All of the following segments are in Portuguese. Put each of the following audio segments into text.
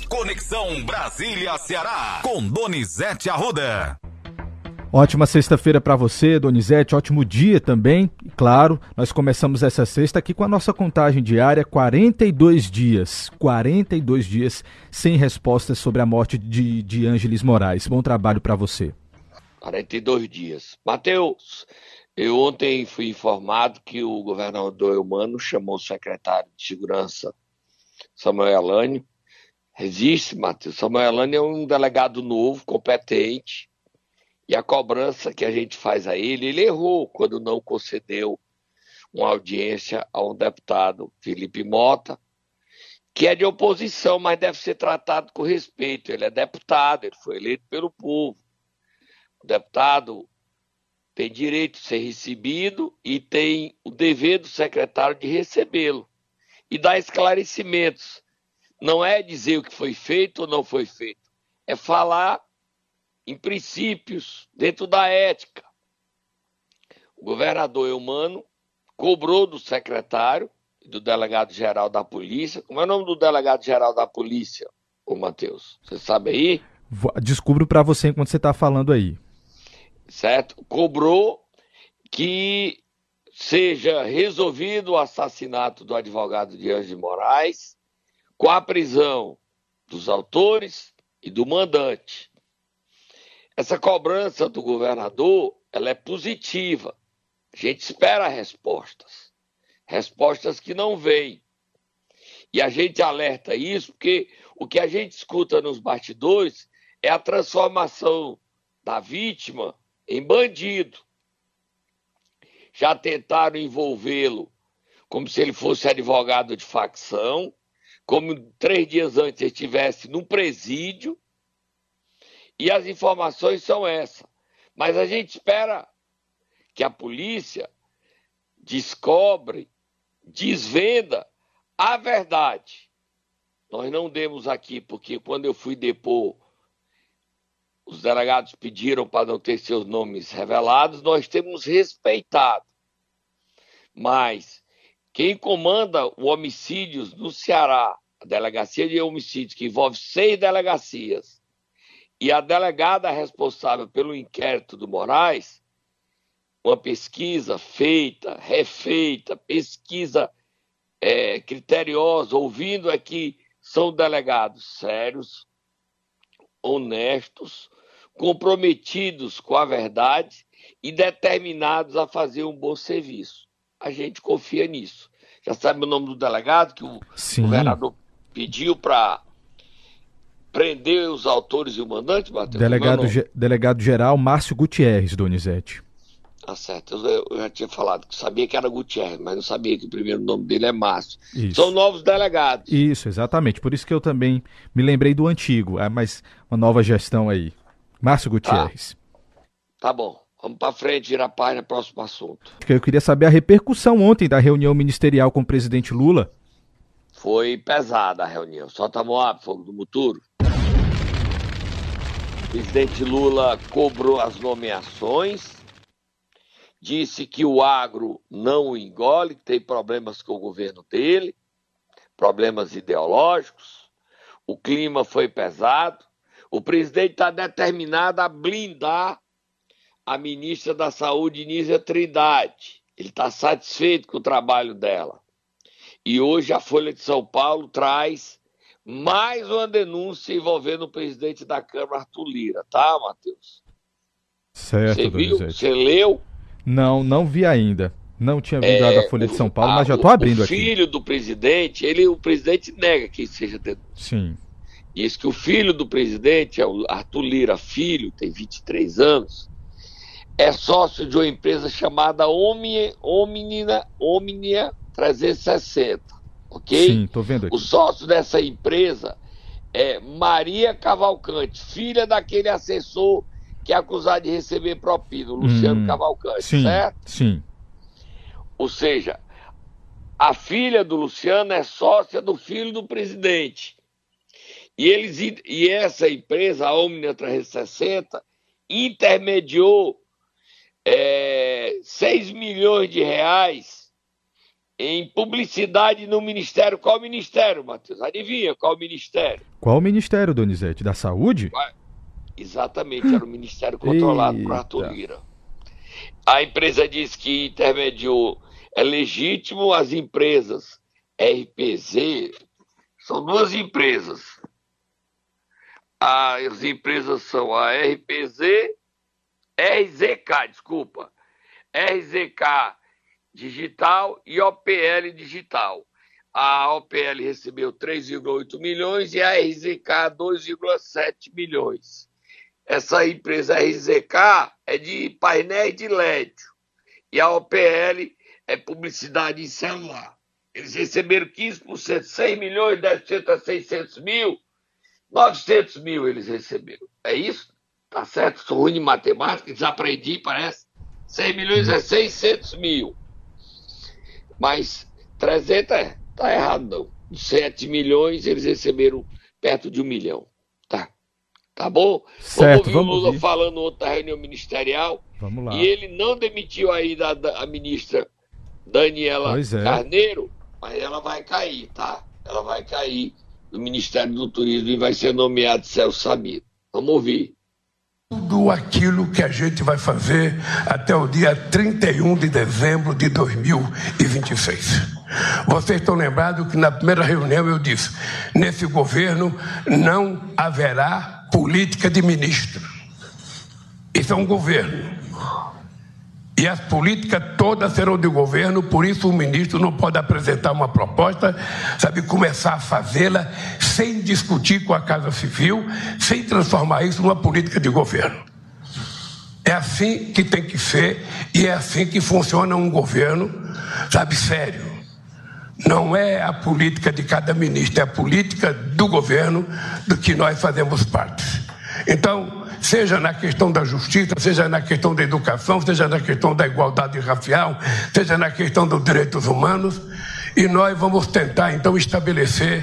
Conexão Brasília-Ceará, com Donizete Arruda. Ótima sexta-feira para você, Donizete, ótimo dia também. E claro, nós começamos essa sexta aqui com a nossa contagem diária, 42 dias sem respostas sobre a morte de Ângeles Moraes. Bom trabalho para você. 42 dias. Matheus, eu ontem fui informado que o governador Eumano chamou o secretário de Segurança, Samuel Elânio. Resiste, Matheus. Samuel Elânio é um delegado novo, competente. E a cobrança que a gente faz a ele errou quando não concedeu uma audiência a um deputado, Felipe Mota, que é de oposição, mas deve ser tratado com respeito. Ele é deputado, ele foi eleito pelo povo. O deputado tem direito de ser recebido e tem o dever do secretário de recebê-lo e dar esclarecimentos. Não é dizer o que foi feito ou não foi feito, é falar em princípios, dentro da ética. O governador Eumano cobrou do secretário e do delegado-geral da polícia. Como é o nome do delegado-geral da polícia, ô Matheus? Você sabe aí? Descubro para você enquanto você está falando aí. Certo? Cobrou que seja resolvido o assassinato do advogado de Ângeles Moraes com a prisão dos autores e do mandante. Essa cobrança do governador, ela é positiva. A gente espera respostas que não vêm. E a gente alerta isso porque o que a gente escuta nos bastidores é a transformação da vítima em bandido. Já tentaram envolvê-lo como se ele fosse advogado de facção, como 3 dias antes ele estivesse num presídio. E as informações são essas. Mas a gente espera que a polícia desvenda a verdade. Nós não demos aqui, porque quando eu fui depor, os delegados pediram para não ter seus nomes revelados, nós temos respeitado. Mas quem comanda o homicídios no Ceará, a delegacia de homicídios, que envolve 6 delegacias, e a delegada responsável pelo inquérito do Moraes, uma pesquisa feita, refeita, pesquisa criteriosa, ouvindo aqui, são delegados sérios, honestos, comprometidos com a verdade e determinados a fazer um bom serviço. A gente confia nisso. Já sabe o nome do delegado que o governador pediu para prender os autores e o mandante, Matheus? Delegado-geral Márcio Gutierrez, Donizete. Tá certo, eu já tinha falado que sabia que era Gutierrez, mas não sabia que o primeiro nome dele é Márcio. Isso. São novos delegados. Isso, exatamente, por isso que eu também me lembrei do antigo, mas uma nova gestão aí. Márcio Gutierrez. Tá bom, vamos para frente, virar a página, próximo assunto. Eu queria saber a repercussão ontem da reunião ministerial com o presidente Lula. Foi pesada a reunião, solta a Moab, fogo do Muturo. O presidente Lula cobrou as nomeações, disse que o agro não o engole, que tem problemas com o governo dele, problemas ideológicos, o clima foi pesado, o presidente está determinado a blindar a ministra da Saúde, Nízia Trindade. Ele está satisfeito com o trabalho dela. E hoje a Folha de São Paulo traz mais uma denúncia envolvendo o presidente da Câmara, Arthur Lira, tá, Matheus? Certo, você viu? Donizete. Você leu? Não vi ainda. Não tinha vindo a Folha de São Paulo, mas já estou abrindo aqui. O filho do presidente, o presidente nega que seja denúncia. Sim. Diz que o filho do presidente, é o Arthur Lira Filho, tem 23 anos, é sócio de uma empresa chamada Omnia 360, ok? Sim, tô vendo aqui. O sócio dessa empresa é Maria Cavalcante, filha daquele assessor que é acusado de receber propina, o Luciano Cavalcante, sim, certo? Sim. Ou seja, a filha do Luciano é sócia do filho do presidente. E essa empresa, a Omnia 360, intermediou 6 milhões de reais em publicidade no ministério. Qual ministério, Matheus? Adivinha qual ministério? Qual ministério, Donizete? Da Saúde? Exatamente, era o ministério controlado por Arthur Lira. A empresa diz que intermediou é legítimo. As empresas RPZ, são duas empresas. As empresas são a RZK Digital e OPL Digital. A OPL recebeu 3,8 milhões e a RZK 2,7 milhões. Essa empresa RZK é de painéis de LED e a OPL é publicidade em celular. Eles receberam 15%, 100 milhões, 10% a 600 mil, 900 mil eles receberam. É isso? Tá certo? Sou ruim de matemática, desaprendi, parece. 100 milhões é 600 mil. Mas 300 tá errado não. 7 milhões eles receberam perto de 1 milhão. Tá bom? Certo, vamos ouvir o Lula falando ontem da reunião ministerial. Vamos lá. E ele não demitiu ainda a ministra Daniela Carneiro, mas ela vai cair, tá? Ela vai cair do Ministério do Turismo e vai ser nomeado Celso Sabino. Vamos ouvir. Tudo aquilo que a gente vai fazer até o dia 31 de dezembro de 2026. Vocês estão lembrados que na primeira reunião eu disse: nesse governo não haverá política de ministro. Isso é um governo. E as políticas todas serão de governo, por isso o ministro não pode apresentar uma proposta, começar a fazê-la sem discutir com a Casa Civil, sem transformar isso numa política de governo. É assim que tem que ser e é assim que funciona um governo, sério. Não é a política de cada ministro, é a política do governo do que nós fazemos parte. Então, seja na questão da justiça, seja na questão da educação, seja na questão da igualdade racial, seja na questão dos direitos humanos, e nós vamos tentar, então, estabelecer,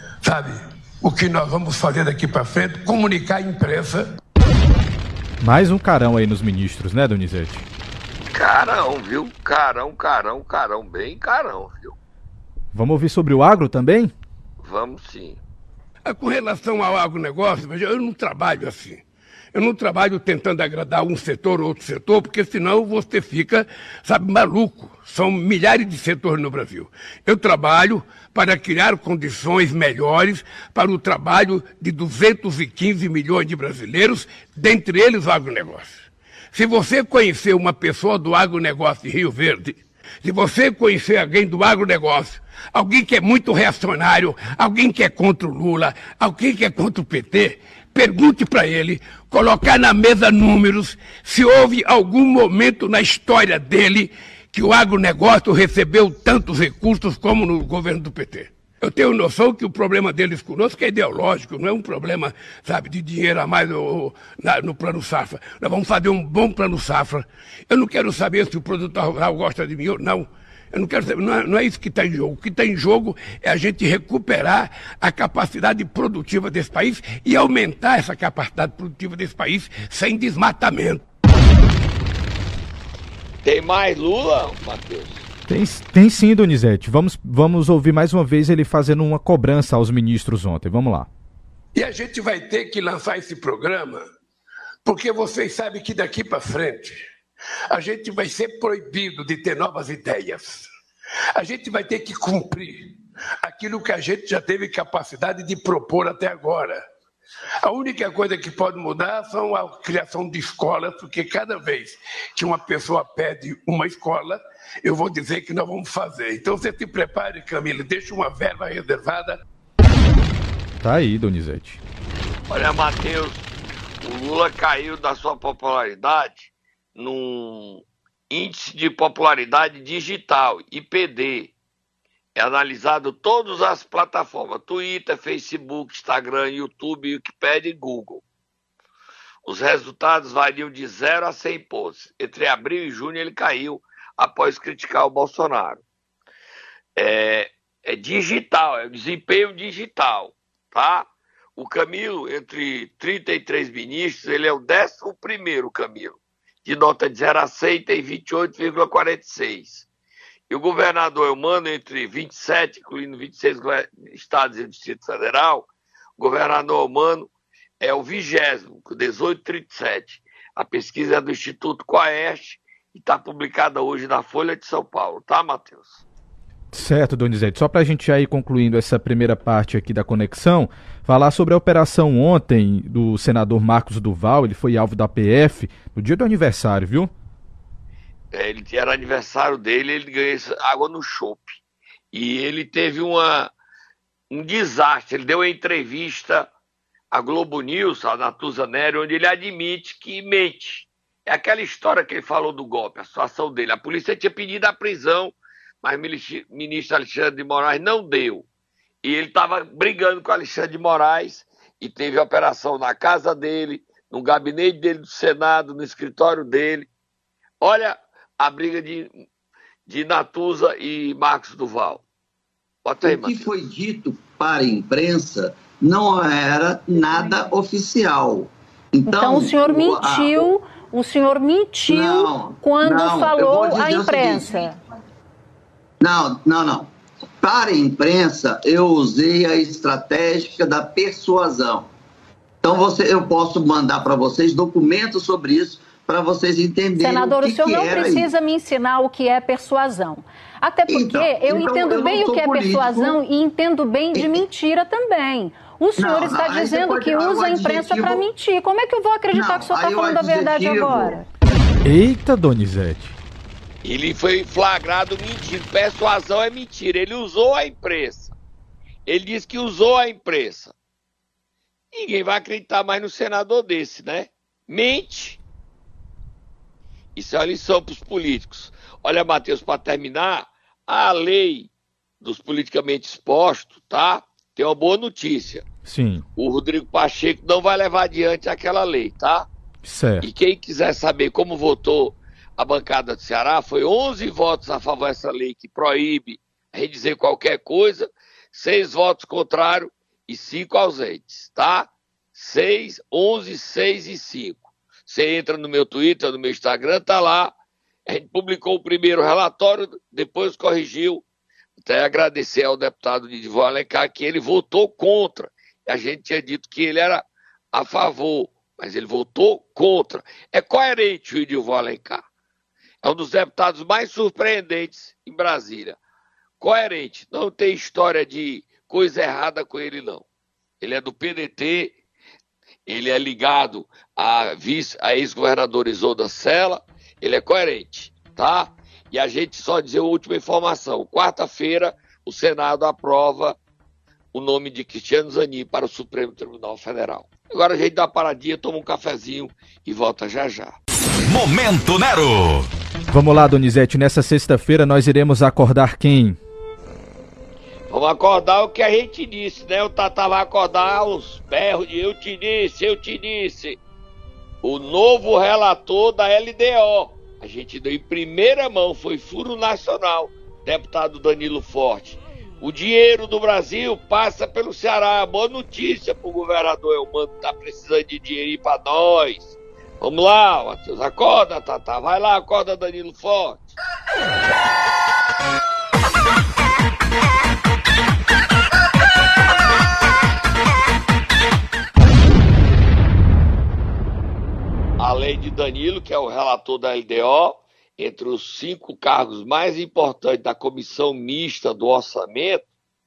o que nós vamos fazer daqui para frente, comunicar à imprensa. Mais um carão aí nos ministros, né, Donizete? Carão, viu? Carão, bem carão, viu? Vamos ouvir sobre o agro também? Vamos sim. Com relação ao agronegócio, eu não trabalho assim. Eu não trabalho tentando agradar um setor ou outro setor, porque senão você fica, maluco. São milhares de setores no Brasil. Eu trabalho para criar condições melhores para o trabalho de 215 milhões de brasileiros, dentre eles o agronegócio. Se você conhecer uma pessoa do agronegócio de Rio Verde, se você conhecer alguém do agronegócio, alguém que é muito reacionário, alguém que é contra o Lula, alguém que é contra o PT, pergunte para ele, colocar na mesa números, se houve algum momento na história dele que o agronegócio recebeu tantos recursos como no governo do PT. Eu tenho noção que o problema deles conosco é ideológico, não é um problema, de dinheiro a mais no plano safra. Nós vamos fazer um bom plano safra. Eu não quero saber se o produtor rural gosta de mim ou não. Eu não quero saber, não é isso que está em jogo. O que está em jogo é a gente recuperar a capacidade produtiva desse país e aumentar essa capacidade produtiva desse país sem desmatamento. Tem mais Lula, Matheus? Tem sim, Donizete. Vamos ouvir mais uma vez ele fazendo uma cobrança aos ministros ontem. Vamos lá. E a gente vai ter que lançar esse programa, porque vocês sabem que daqui para frente a gente vai ser proibido de ter novas ideias. A gente vai ter que cumprir aquilo que a gente já teve capacidade de propor até agora. A única coisa que pode mudar são a criação de escolas, porque cada vez que uma pessoa pede uma escola, eu vou dizer que nós vamos fazer. Então você se prepare, Camila, deixa uma verba reservada. Tá aí, Donizete. Olha, Matheus, o Lula caiu da sua popularidade num índice de popularidade digital, IPD. É analisado todas as plataformas, Twitter, Facebook, Instagram, YouTube, Wikipédia e Google. Os resultados variam de 0 a 100 pontos. Entre abril e junho ele caiu após criticar o Bolsonaro. É digital, é o desempenho digital, tá? O Camilo, entre 33 ministros, ele é o 11º, Camilo. De nota de 0 a 100 tem 28,46. E o governador Eumano, entre 27, incluindo 26 estados e o Distrito Federal, o governador Eumano é o 20º, com 18,37. A pesquisa é do Instituto Coeste e está publicada hoje na Folha de São Paulo, tá, Matheus? Certo, Donizete. Só para a gente já ir concluindo essa primeira parte aqui da conexão, falar sobre a operação ontem do senador Marcos Duval. Ele foi alvo da PF no dia do aniversário, viu? Ele era aniversário dele, ele ganhou água no chope. E ele teve um desastre. Ele deu uma entrevista à Globo News, à Natuza Neri, onde ele admite que mente. É aquela história que ele falou do golpe, a situação dele. A polícia tinha pedido a prisão, mas o ministro Alexandre de Moraes não deu. E ele estava brigando com o Alexandre de Moraes e teve a operação na casa dele, no gabinete dele do Senado, no escritório dele. Olha a briga de Natuza e Marcos Duval. Bota aí, o que foi dito para a imprensa não era nada oficial. Então o senhor mentiu, quando falou à imprensa. Não. Para a imprensa, eu usei a estratégia da persuasão. Então eu posso mandar para vocês documentos sobre isso, para vocês entenderem. Senador, o senhor não precisa me ensinar o que é persuasão. Até porque eu entendo bem o que é persuasão e entendo bem de mentira também. O senhor está dizendo que usa a imprensa para mentir. Como é que eu vou acreditar que o senhor está falando a verdade agora? Eita, Donizete. Ele foi flagrado mentindo. Persuasão é mentira. Ele usou a imprensa. Ele disse que usou a imprensa. Ninguém vai acreditar mais no senador desse, né? Mente. Isso é uma lição para os políticos. Olha, Matheus, para terminar, a lei dos politicamente expostos, tá? Tem uma boa notícia. Sim. O Rodrigo Pacheco não vai levar adiante aquela lei, tá? Certo. E quem quiser saber como votou a bancada do Ceará, foi 11 votos a favor dessa lei que proíbe a gente dizer qualquer coisa, 6 votos contrários e 5 ausentes, tá? 11, 6 e 5. Você entra no meu Twitter, no meu Instagram, tá lá. A gente publicou o primeiro relatório, depois corrigiu. Até agradecer ao deputado Nidival Alencar que ele votou contra. A gente tinha dito que ele era a favor, mas ele votou contra. É coerente o Nidival Alencar. É um dos deputados mais surpreendentes em Brasília. Coerente. Não tem história de coisa errada com ele, não. Ele é do PDT, ele é ligado a ex-governador Isolda Sela, ele é coerente, tá? E a gente só dizer a última informação. Quarta-feira, o Senado aprova o nome de Cristiano Zanin para o Supremo Tribunal Federal. Agora a gente dá uma paradinha, toma um cafezinho e volta já já. Momento Nero! Vamos lá, Donizete, nessa sexta-feira nós iremos acordar quem? Vamos acordar o que a gente disse, né? O Tata vai acordar os berros de eu te disse. O novo relator da LDO. A gente deu em primeira mão, foi furo nacional, deputado Danilo Forte. O dinheiro do Brasil passa pelo Ceará. Boa notícia pro governador Eumano, que tá precisando de dinheirinho pra nós. Vamos lá, Matheus, acorda, Tata. Vai lá, acorda, Danilo Forte. A lei de Danilo, que é o relator da LDO, entre os 5 cargos mais importantes da comissão mista do orçamento,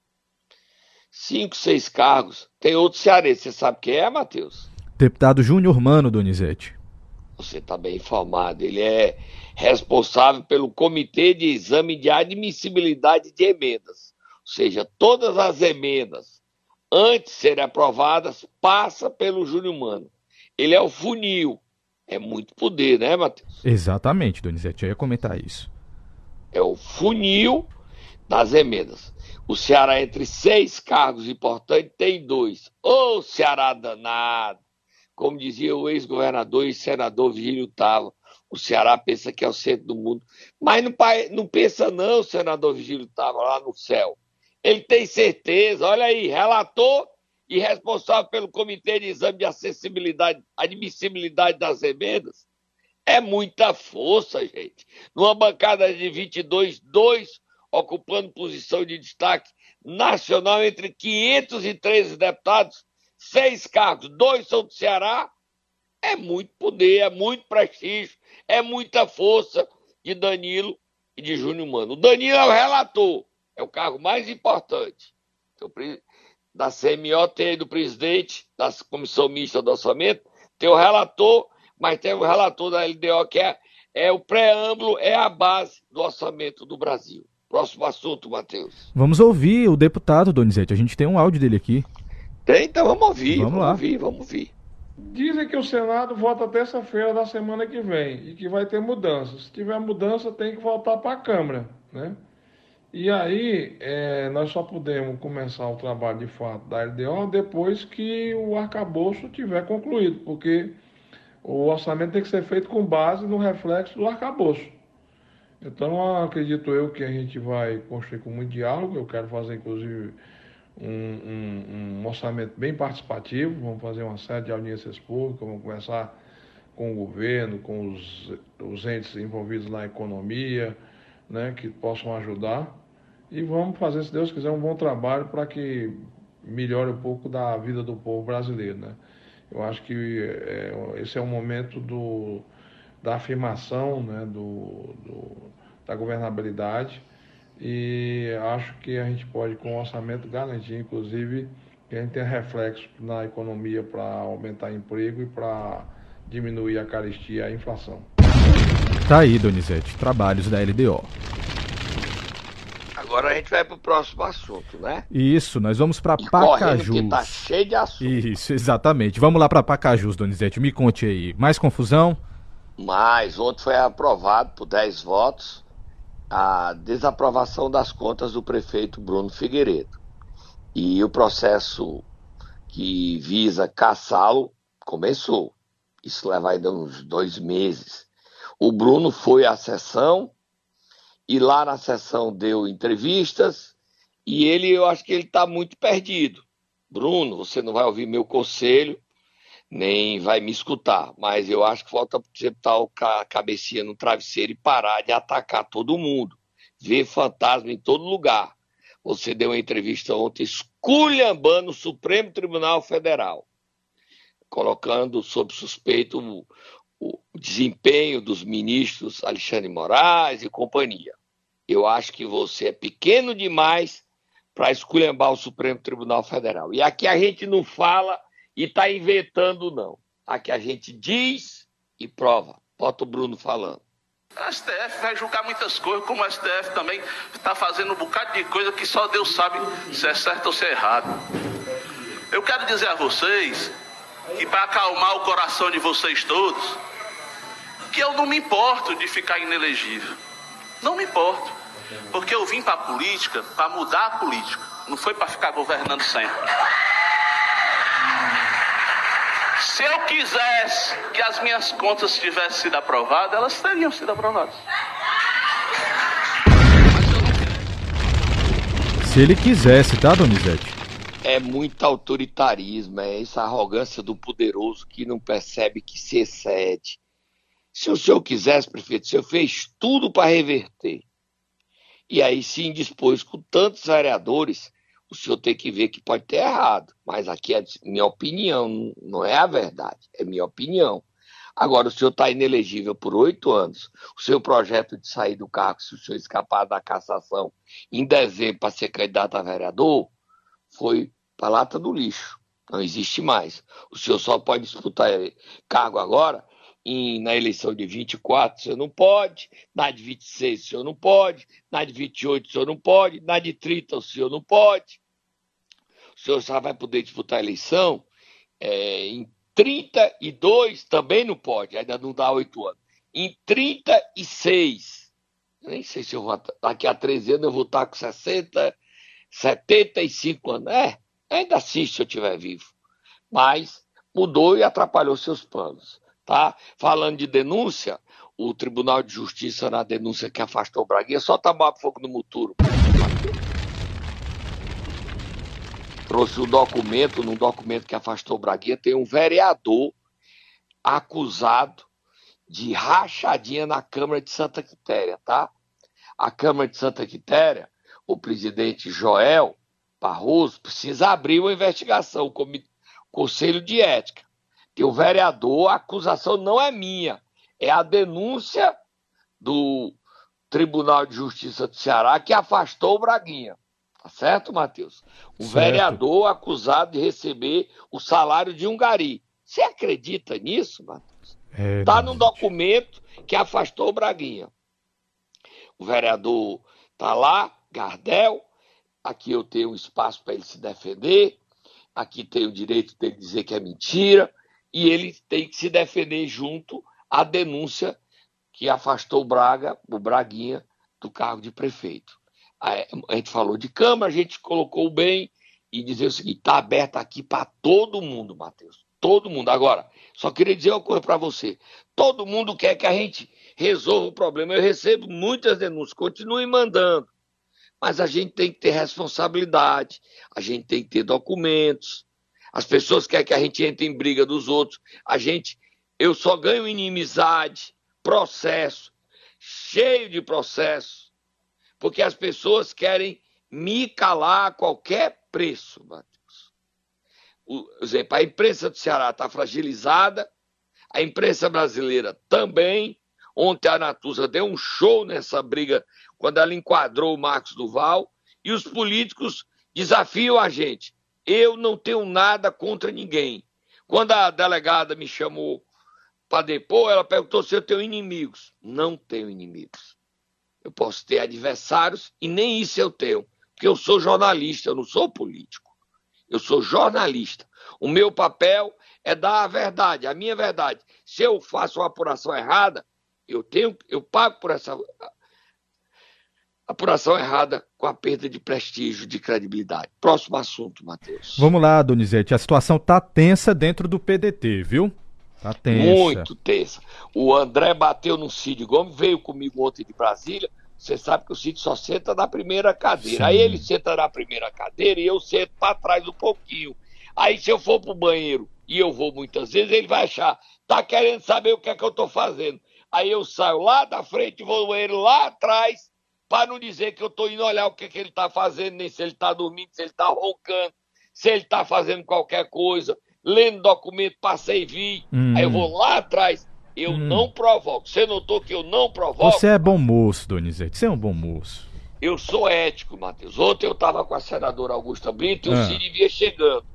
5, 6 cargos, tem outro cearense. Você sabe quem é, Matheus? Deputado Júnior Mano, Donizete. Você está bem informado. Ele é responsável pelo Comitê de Exame de Admissibilidade de Emendas. Ou seja, todas as emendas, antes de serem aprovadas, passam pelo Júnior Mano. Ele é o funil. É muito poder, né, Matheus? Exatamente, Donizete, eu ia comentar isso. É o funil das emendas. O Ceará, entre 6 cargos importantes, tem 2. Ô, Ceará danado! Como dizia o ex-governador e senador Virgílio Távora, o Ceará pensa que é o centro do mundo. Mas não pensa não, senador Virgílio Távora, lá no céu. Ele tem certeza, olha aí, relator e responsável pelo Comitê de Exame de Admissibilidade das Emendas, É muita força, gente. Numa bancada de 22, dois ocupando posição de destaque nacional entre 513 deputados, 6 cargos, 2 são do Ceará. É muito poder, é muito prestígio, é muita força de Danilo e de Júnior Mano. O Danilo é o relator, é o cargo mais importante. Então, da CMO tem aí do presidente, da Comissão Mista do Orçamento, tem o relator, mas tem o relator da LDO, que é o preâmbulo, é a base do orçamento do Brasil. Próximo assunto, Matheus. Vamos ouvir o deputado, Donizete. A gente tem um áudio dele aqui. Tem? Então vamos ouvir. Vamos ouvir. Dizem que o Senado vota terça-feira da semana que vem e que vai ter mudanças. Se tiver mudança, tem que voltar para a Câmara, né? E aí, nós só podemos começar o trabalho de fato da LDO depois que o arcabouço tiver concluído, porque o orçamento tem que ser feito com base no reflexo do arcabouço. Então, acredito eu que a gente vai construir com muito diálogo. Eu quero fazer, inclusive, um orçamento bem participativo. Vamos fazer uma série de audiências públicas, vamos conversar com o governo, com os entes envolvidos na economia, né, que possam ajudar. E vamos fazer, se Deus quiser, um bom trabalho para que melhore um pouco da vida do povo brasileiro, né? Eu acho que esse é o momento da afirmação, né, da governabilidade, e acho que a gente pode, com o orçamento, garantir, inclusive, que a gente tenha reflexo na economia para aumentar emprego e para diminuir a carestia e a inflação. Tá aí, Donizete, trabalhos da LDO. Agora a gente vai pro próximo assunto, né? Isso, nós vamos para Pacajus. Que tá cheio de assunto. Isso, exatamente. Vamos lá para Pacajus, Donizete. Me conte aí. Mais confusão? Mas ontem foi aprovado por 10 votos a desaprovação das contas do prefeito Bruno Figueiredo. E o processo que visa cassá-lo começou. Isso leva ainda uns 2 meses. O Bruno foi à sessão e lá na sessão deu entrevistas e eu acho que ele está muito perdido. Bruno, você não vai ouvir meu conselho, nem vai me escutar, mas eu acho que falta você botar a cabecinha no travesseiro e parar de atacar todo mundo, ver fantasma em todo lugar. Você deu uma entrevista ontem esculhambando o Supremo Tribunal Federal, colocando sob suspeito o desempenho dos ministros Alexandre de Moraes e companhia. Eu acho que você é pequeno demais para esculhambar o Supremo Tribunal Federal. E aqui a gente não fala e está inventando, não. Aqui a gente diz e prova. Bota o Bruno falando. A STF vai julgar muitas coisas, como a STF também está fazendo um bocado de coisa que só Deus sabe se é certo ou se é errado. Eu quero dizer a vocês que, para acalmar o coração de vocês todos, que eu não me importo de ficar inelegível. Não me importo. Porque eu vim para a política para mudar a política. Não foi para ficar governando sempre. Se eu quisesse que as minhas contas tivessem sido aprovadas, elas teriam sido aprovadas. Se ele quisesse, tá, Donizete? É muito autoritarismo, é essa arrogância do poderoso que não percebe que se excede. Se o senhor quisesse, prefeito, o senhor fez tudo para reverter. E aí se indispôs com tantos vereadores, o senhor tem que ver que pode ter errado. Mas aqui é minha opinião, não é a verdade, é minha opinião. Agora, o senhor está inelegível por 8 anos. O seu projeto de sair do cargo, se o senhor escapar da cassação em dezembro para ser candidato a vereador, foi para a lata do lixo. Não existe mais. O senhor só pode disputar cargo agora na eleição de 24, o senhor não pode, na de 26 o senhor não pode, na de 28 o senhor não pode, na de 30 o senhor não pode. O senhor só vai poder disputar a eleição em 32 também não pode, ainda não dá 8 anos. Em 36, eu nem sei se eu vou, daqui a 13 anos eu vou estar com 60, 75 anos. Ainda assim se eu estiver vivo. Mas mudou e atrapalhou seus planos. Tá? Falando de denúncia, o Tribunal de Justiça, na denúncia que afastou o Braguinha, só tampar fogo no muturo. Trouxe um documento, num documento que afastou o Braguinha, tem um vereador acusado de rachadinha na Câmara de Santa Quitéria, tá? A Câmara de Santa Quitéria, o presidente Joel Barroso precisa abrir uma investigação, o Conselho de Ética. Que o vereador, a acusação não é minha, é a denúncia do Tribunal de Justiça do Ceará que afastou o Braguinha. Tá certo, Matheus? O vereador acusado de receber o salário de um gari. Você acredita nisso, Matheus? Está no documento que afastou o Braguinha. O vereador está lá, Gardel, aqui eu tenho um espaço para ele se defender, aqui tem o direito dele dizer que é mentira, e ele tem que se defender junto à denúncia que afastou o Braguinha do cargo de prefeito. A gente falou de Câmara, a gente colocou bem e dizer o seguinte, está aberto aqui para todo mundo, Matheus. Todo mundo. Agora, só queria dizer uma coisa para você. Todo mundo quer que a gente resolva o problema. Eu recebo muitas denúncias, continue mandando. Mas a gente tem que ter responsabilidade, a gente tem que ter documentos. As pessoas querem que a gente entre em briga dos outros. Eu só ganho inimizade, processo, cheio de processo, porque as pessoas querem me calar a qualquer preço, Matheus. Por exemplo, a imprensa do Ceará está fragilizada, a imprensa brasileira também. Ontem a Natuza deu um show nessa briga quando ela enquadrou o Marcos Duval, e os políticos desafiam a gente. Eu não tenho nada contra ninguém. Quando a delegada me chamou para depor, ela perguntou se eu tenho inimigos. Não tenho inimigos. Eu posso ter adversários e nem isso eu tenho, porque eu sou jornalista, eu não sou político. Eu sou jornalista. O meu papel é dar a verdade, a minha verdade. Se eu faço uma apuração errada, eu pago por essa apuração errada com a perda de prestígio, de credibilidade. Próximo assunto, Matheus. Vamos lá, Donizete. A situação tá tensa dentro do PDT, viu? Tá tensa. Muito tensa. O André bateu no Cid Gomes, veio comigo ontem de Brasília. Você sabe que o Cid só senta na primeira cadeira. Sim. Aí ele senta na primeira cadeira e eu sento para trás um pouquinho. Aí se eu for pro banheiro, e eu vou muitas vezes, ele vai achar, tá querendo saber o que é que eu tô fazendo. Aí eu saio lá da frente, vou no banheiro lá atrás, para não dizer que eu estou indo olhar o que ele está fazendo, nem se ele está dormindo, se ele está roncando, se ele está fazendo qualquer coisa, lendo documento, passei e vi. Aí eu vou lá atrás, eu não provoco. Você notou que eu não provoco? Você é bom moço, Donizete, você é um bom moço. Eu sou ético, Matheus. Ontem eu estava com a senadora Augusta Brito e o Cid vinha chegando.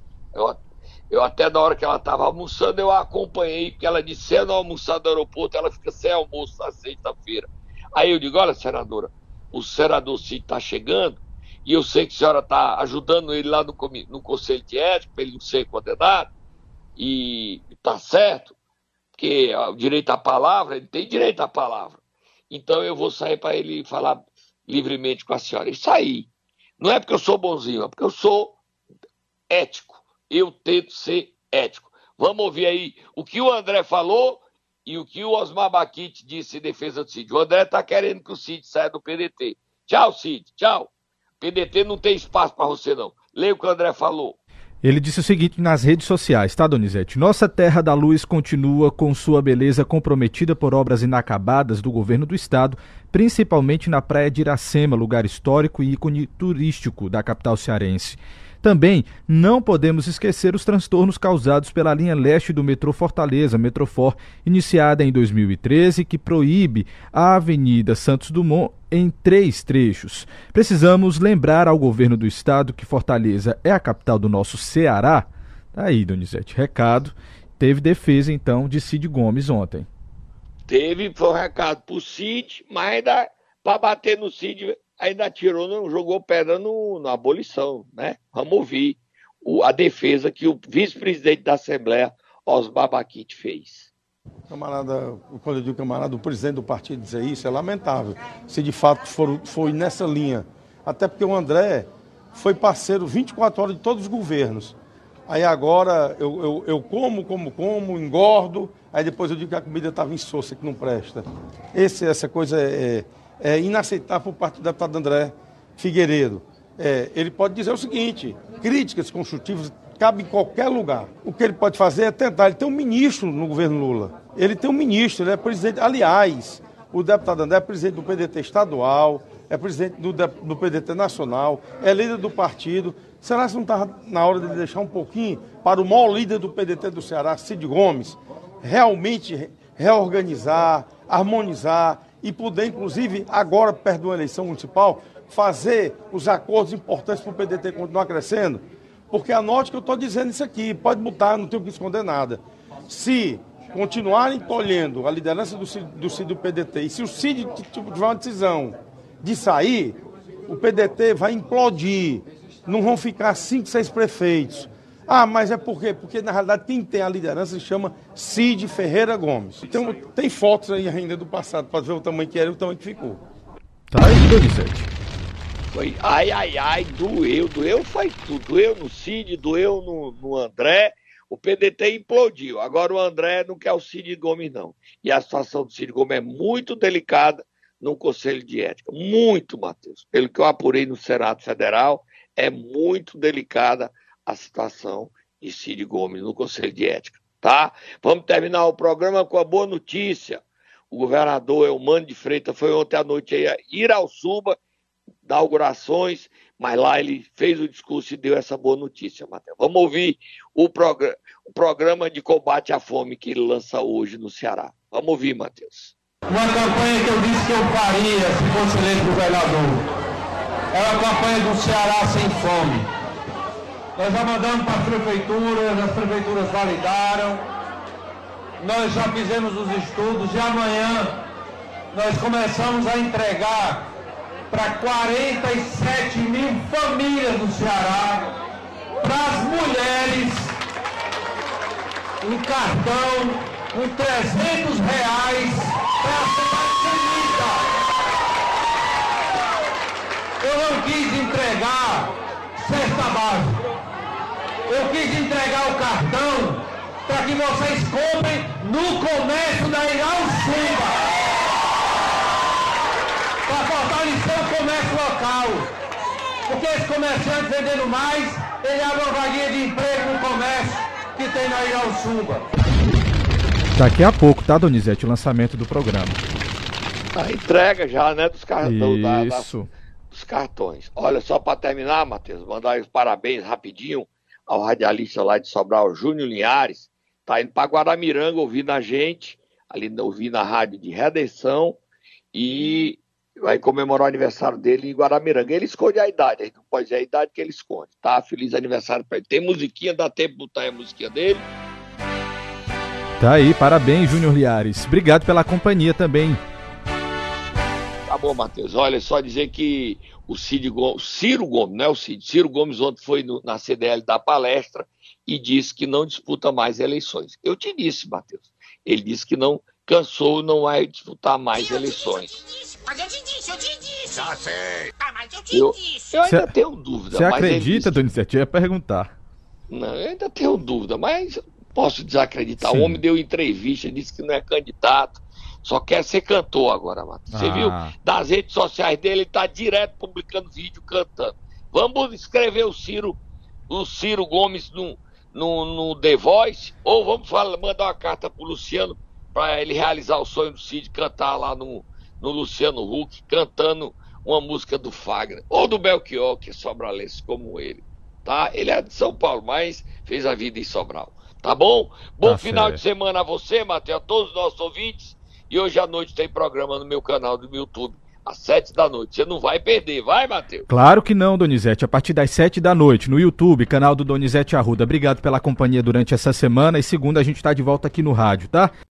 Eu até na hora que ela estava almoçando, eu a acompanhei, porque ela disse, se eu não almoçar no aeroporto, ela fica sem almoço na sexta-feira. Aí eu digo, olha, senadora, o senador Cid está chegando e eu sei que a senhora está ajudando ele lá no Conselho de Ética, para ele não ser condenado, e está certo, porque o direito à palavra, ele tem direito à palavra. Então eu vou sair para ele falar livremente com a senhora. E saí. Não é porque eu sou bonzinho, é porque eu sou ético. Eu tento ser ético. Vamos ouvir aí o que o André falou e o que o Osmar Baquite disse em defesa do Cid. O André está querendo que o Cid saia do PDT. Tchau, Cid. Tchau. PDT não tem espaço para você, não. Leia o que o André falou. Ele disse o seguinte nas redes sociais, tá, Donizete? Nossa Terra da Luz continua com sua beleza comprometida por obras inacabadas do governo do estado, principalmente na praia de Iracema, lugar histórico e ícone turístico da capital cearense. Também não podemos esquecer os transtornos causados pela linha leste do metrô Fortaleza, Metrofor, iniciada em 2013, que proíbe a Avenida Santos Dumont em 3 trechos. Precisamos lembrar ao governo do estado que Fortaleza é a capital do nosso Ceará. Tá aí, Donizete, recado. Teve defesa, então, de Cid Gomes ontem. Foi um recado pro Cid, mas ainda para bater no Cid... ainda jogou pedra na abolição, né? Vamos ouvir a defesa que o vice-presidente da Assembleia, Osmar Baquite, fez. Camarada, quando eu digo camarada, o presidente do partido dizer isso é lamentável, se de fato foi nessa linha. Até porque o André foi parceiro 24 horas de todos os governos. Aí agora eu como, engordo, aí depois eu digo que a comida estava insossa, que não presta. Essa coisa é inaceitável por parte do deputado André Figueiredo. Ele pode dizer o seguinte, críticas construtivas cabe em qualquer lugar. O que ele pode fazer é tentar. Ele tem um ministro no governo Lula. Ele tem um ministro, ele é presidente. Aliás, o deputado André é presidente do PDT estadual, é presidente do PDT nacional, é líder do partido. Será que não está na hora de deixar um pouquinho para o maior líder do PDT do Ceará, Cid Gomes, realmente reorganizar, harmonizar e poder, inclusive, agora, perto de uma eleição municipal, fazer os acordos importantes para o PDT continuar crescendo? Porque anote que eu estou dizendo isso aqui, pode botar, não tenho que esconder nada. Se continuarem tolhendo a liderança do Cid do PDT, e se o Cid tiver uma decisão de sair, o PDT vai implodir, não vão ficar 5, 6 prefeitos. Ah, mas é por quê? Porque, na realidade, quem tem a liderança se chama Cid Ferreira Gomes. Então, tem fotos aí ainda do passado, para ver o tamanho que era e o tamanho que ficou. Tá aí, Donizete. Foi doeu foi tudo. Doeu no Cid, doeu no André. O PDT implodiu. Agora o André não quer o Cid Gomes, não. E a situação do Cid Gomes é muito delicada no Conselho de Ética. Muito, Matheus. Pelo que eu apurei no Senado Federal, é muito delicada a situação de Cid Gomes no Conselho de Ética, tá? Vamos terminar o programa com a boa notícia. O governador Eumano de Freitas foi ontem à noite a Irauçuba, inaugurações, mas lá ele fez o discurso e deu essa boa notícia, Matheus. Vamos ouvir o programa de combate à fome que ele lança hoje no Ceará. Vamos ouvir, Matheus. Uma campanha que eu disse que eu faria se fosse eleito governador. É uma campanha do Ceará sem fome. Nós já mandamos para as prefeituras validaram, nós já fizemos os estudos e amanhã nós começamos a entregar para 47 mil famílias do Ceará, para as mulheres, um cartão com R$300 para a cidade. Eu não quis entregar cesta básica. Eu quis entregar o cartão para que vocês comprem no comércio da Irauçuba, para fortalecer o comércio local. Porque esse comerciante vendendo mais, ele abre uma vaguinha de emprego no comércio que tem na Irauçuba. Daqui a pouco, tá, Donizete, o lançamento do programa. A entrega já, né, dos cartões. Isso. Dos cartões. Olha, só para terminar, Matheus, mandar os parabéns rapidinho ao radialista lá de Sobral, Júnior Linhares, tá indo para Guaramiranga ouvindo a gente, ali ouvindo a rádio de Redenção, e vai comemorar o aniversário dele em Guaramiranga. Ele esconde a idade, a gente não pode dizer a idade que ele esconde, tá? Feliz aniversário para ele. Tem musiquinha, dá tempo de botar a musiquinha dele. Tá aí, parabéns, Júnior Linhares. Obrigado pela companhia também. Tá bom, Matheus. Olha, só dizer que o Ciro Gomes, não é o Ciro Gomes ontem foi na CDL da palestra e disse que não disputa mais eleições. Eu te disse, Matheus. Ele disse que não cansou, não vai disputar mais eleições. Mas eu te disse. Já sei. Mas eu te disse. Eu ainda tenho dúvida. Você acredita, Donizete? Eu ia perguntar. Não, eu ainda tenho dúvida, mas posso desacreditar. Sim. O homem deu entrevista, disse que não é candidato. Só quer ser cantor agora, Matheus. Você viu? Das redes sociais dele, ele está direto publicando vídeo cantando. Vamos escrever o Ciro Gomes no The Voice, ou vamos mandar uma carta pro Luciano para ele realizar o sonho do Cid, cantar lá no Luciano Huck, cantando uma música do Fagner, ou do Belchior, que é sobralense como ele. Tá? Ele é de São Paulo, mas fez a vida em Sobral. Tá bom? Bom final de semana a você, Matheus, a todos os nossos ouvintes. E hoje à noite tem programa no meu canal do YouTube, às 7 da noite. Você não vai perder, vai, Matheus? Claro que não, Donizete. A partir das 7 da noite, no YouTube, canal do Donizete Arruda. Obrigado pela companhia durante essa semana. E segunda a gente tá de volta aqui no rádio, tá?